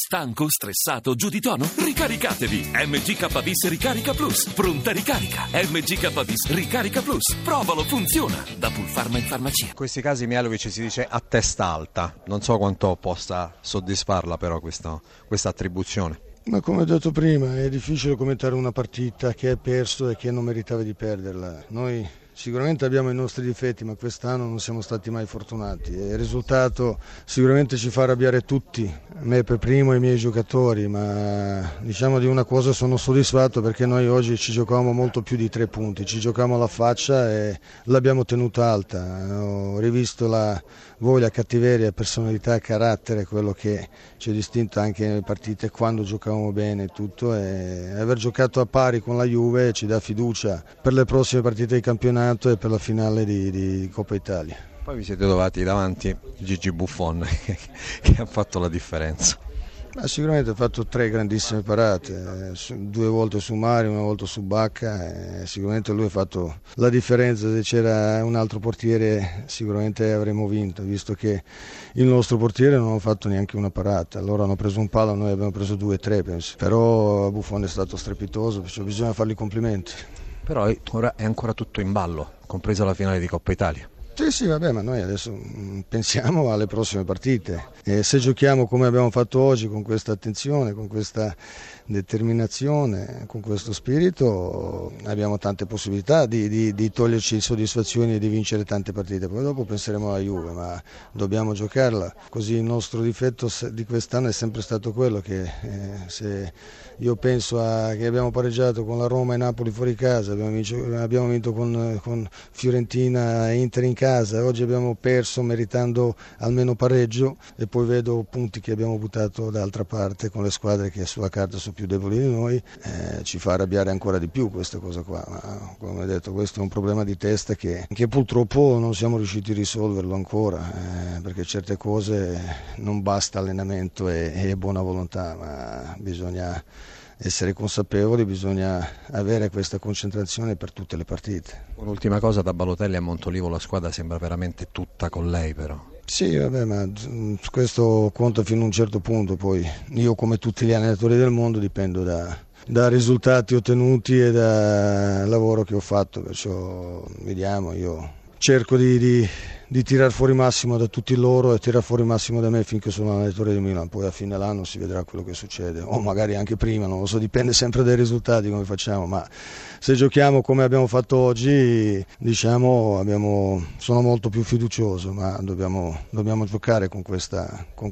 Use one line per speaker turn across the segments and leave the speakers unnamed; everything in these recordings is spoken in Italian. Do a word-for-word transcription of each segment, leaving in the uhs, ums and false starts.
Stanco, stressato, giù di tono? Ricaricatevi! M G K Bis Ricarica Plus. Pronta ricarica. M G K Bis Ricarica Plus. Provalo, funziona. Da Pulpharma in farmacia.
In questi casi Mihajlovic si dice a testa alta. Non so quanto possa soddisfarla però questa, questa attribuzione.
Ma come ho detto prima, è difficile commentare una partita che è perso e che non meritava di perderla. Noi sicuramente abbiamo i nostri difetti, ma quest'anno non siamo stati mai fortunati. E il risultato sicuramente ci fa arrabbiare tutti, me per primo e i miei giocatori, ma diciamo di una cosa sono soddisfatto, perché noi oggi ci giocavamo molto più di tre punti, ci giocavamo alla faccia e l'abbiamo tenuta alta. Ho rivisto la voglia, cattiveria, personalità, carattere, quello che ci è distinto anche nelle partite quando giocavamo bene e tutto, e aver giocato a pari con la Juve ci dà fiducia per le prossime partite di campionato e per la finale di, di Coppa Italia.
Poi vi siete trovati davanti Gigi Buffon che ha fatto la differenza.
Ma sicuramente ha fatto tre grandissime parate, due volte su Mario, una volta su Bacca, e sicuramente lui ha fatto la differenza. Se c'era un altro portiere sicuramente avremmo vinto, visto che il nostro portiere non ha fatto neanche una parata. Loro hanno preso un palo, noi abbiamo preso due o tre, penso. Però Buffon è stato strepitoso, perciò bisogna fargli complimenti.
Però ora è ancora tutto in ballo, compresa la finale di Coppa Italia.
Sì, sì, vabbè, ma noi adesso pensiamo alle prossime partite. E se giochiamo come abbiamo fatto oggi, con questa attenzione, con questa determinazione, con questo spirito, abbiamo tante possibilità di, di, di toglierci soddisfazioni e di vincere tante partite. Poi dopo penseremo alla Juve, ma dobbiamo giocarla. Così il nostro difetto di quest'anno è sempre stato quello che eh, se io penso a, che abbiamo pareggiato con la Roma e Napoli fuori casa, abbiamo vinto, abbiamo vinto con, con Fiorentina e Inter in casa, oggi abbiamo perso meritando almeno pareggio, e poi vedo punti che abbiamo buttato d'altra parte con le squadre che sulla carta sono più deboli di noi, eh, ci fa arrabbiare ancora di più questa cosa qua. Ma come ho detto, questo è un problema di testa che, che purtroppo non siamo riusciti a risolverlo ancora, eh, perché certe cose non basta allenamento e, e buona volontà, ma bisogna essere consapevoli, bisogna avere questa concentrazione per tutte le partite.
Un'ultima cosa, da Balotelli a Montolivo la squadra sembra veramente tutta con lei però.
Sì, vabbè, ma questo conta fino a un certo punto, poi io come tutti gli allenatori del mondo dipendo da, da risultati ottenuti e da lavoro che ho fatto, perciò vediamo, io cerco di, di, di tirar fuori massimo da tutti loro e tirar fuori massimo da me finché sono allenatore di Milan, poi a fine dell'anno si vedrà quello che succede, o magari anche prima, non lo so, dipende sempre dai risultati come facciamo, ma se giochiamo come abbiamo fatto oggi, diciamo, abbiamo, sono molto più fiducioso, ma dobbiamo, dobbiamo giocare con questa, con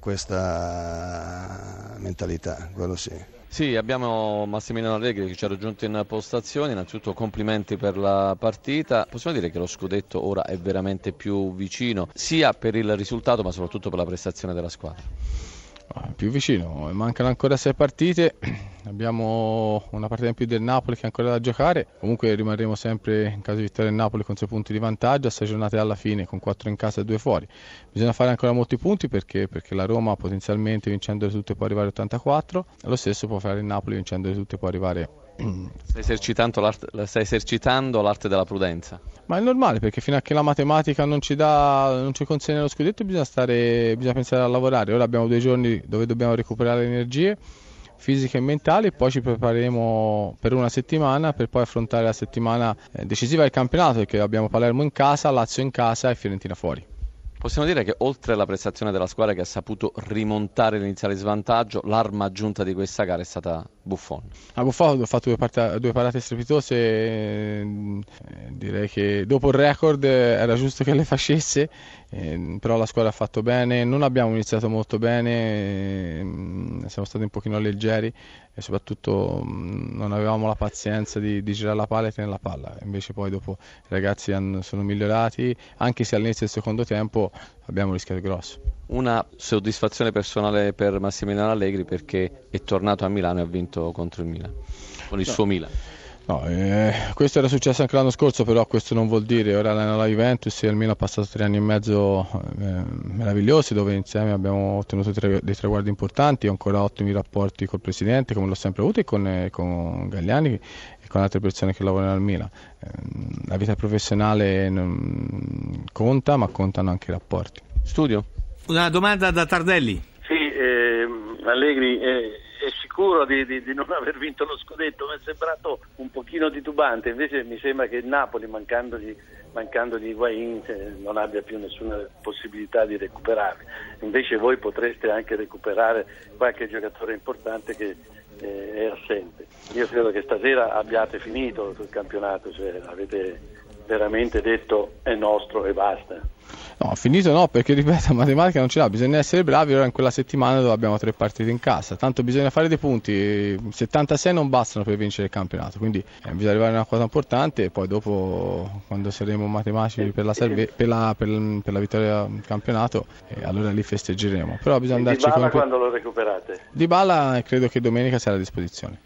questa mentalità, quello sì.
Sì, abbiamo Massimiliano Allegri che ci ha raggiunto in postazione. Innanzitutto complimenti per la partita. Possiamo dire che lo scudetto ora è veramente più vicino, sia per il risultato ma soprattutto per la prestazione della squadra?
Più vicino, mancano ancora sei partite, abbiamo una partita in più del Napoli che è ancora da giocare, comunque rimarremo sempre in caso di vittoria del Napoli con sei punti di vantaggio a sei giornate alla fine, con quattro in casa e due fuori. Bisogna fare ancora molti punti perché, perché la Roma potenzialmente vincendole tutte può arrivare a ottantaquattro, lo stesso può fare il Napoli vincendole tutte può arrivare.
Stai esercitando l'arte, stai esercitando l'arte della prudenza?
Ma è normale, perché fino a che la matematica non ci dà, non ci consegna lo scudetto bisogna stare, bisogna pensare a lavorare. Ora abbiamo due giorni dove dobbiamo recuperare le energie fisiche e mentali, poi ci prepareremo per una settimana per poi affrontare la settimana decisiva del campionato, perché abbiamo Palermo in casa, Lazio in casa e Fiorentina fuori.
Possiamo dire che oltre alla prestazione della squadra che ha saputo rimontare l'iniziale svantaggio, l'arma aggiunta di questa gara è stata Buffon.
A Buffon ha fatto due, part- due parate strepitose, eh, direi che dopo il record era giusto che le facesse, eh, però la squadra ha fatto bene, non abbiamo iniziato molto bene, eh, siamo stati un pochino leggeri e soprattutto mh, non avevamo la pazienza di, di girare la palla e tenere la palla, invece poi dopo i ragazzi hanno, sono migliorati, anche se all'inizio del secondo tempo abbiamo rischiato grosso.
Una soddisfazione personale per Massimiliano Allegri perché è tornato a Milano e ha vinto contro il Milan, con il no. suo Milan.
No, eh, questo era successo anche l'anno scorso, però questo non vuol dire, ora allena la Juventus e il Milan ha passato tre anni e mezzo eh, meravigliosi dove insieme abbiamo ottenuto tre, dei traguardi importanti, ho ancora ottimi rapporti col presidente come l'ho sempre avuto e con, eh, con Galliani e con altre persone che lavorano al Milan. Eh, la vita professionale non conta, ma contano anche i rapporti.
Studio?
Una domanda da Tardelli.
Sì, eh,
Allegri è, è sicuro di, di, di non aver vinto lo scudetto, mi è sembrato un pochino titubante, invece mi sembra che il Napoli, mancandogli, mancandogli Higuaín, non abbia più nessuna possibilità di recuperarli. Invece voi potreste anche recuperare qualche giocatore importante che eh, è assente. Io credo che stasera abbiate finito sul campionato, cioè avete veramente detto è nostro e basta.
No, finito no, perché ripeto, matematica non ce l'ha, bisogna essere bravi ora in quella settimana dove abbiamo tre partite in casa, tanto bisogna fare dei punti, settantasei non bastano per vincere il campionato, quindi eh, bisogna arrivare a una cosa importante e poi dopo, quando saremo matematici per la, salve, per la, per, per la vittoria del campionato, eh, allora lì festeggeremo. Però bisogna andarci
Dybala
con...
quando lo recuperate?
Dybala credo che domenica sarà a disposizione.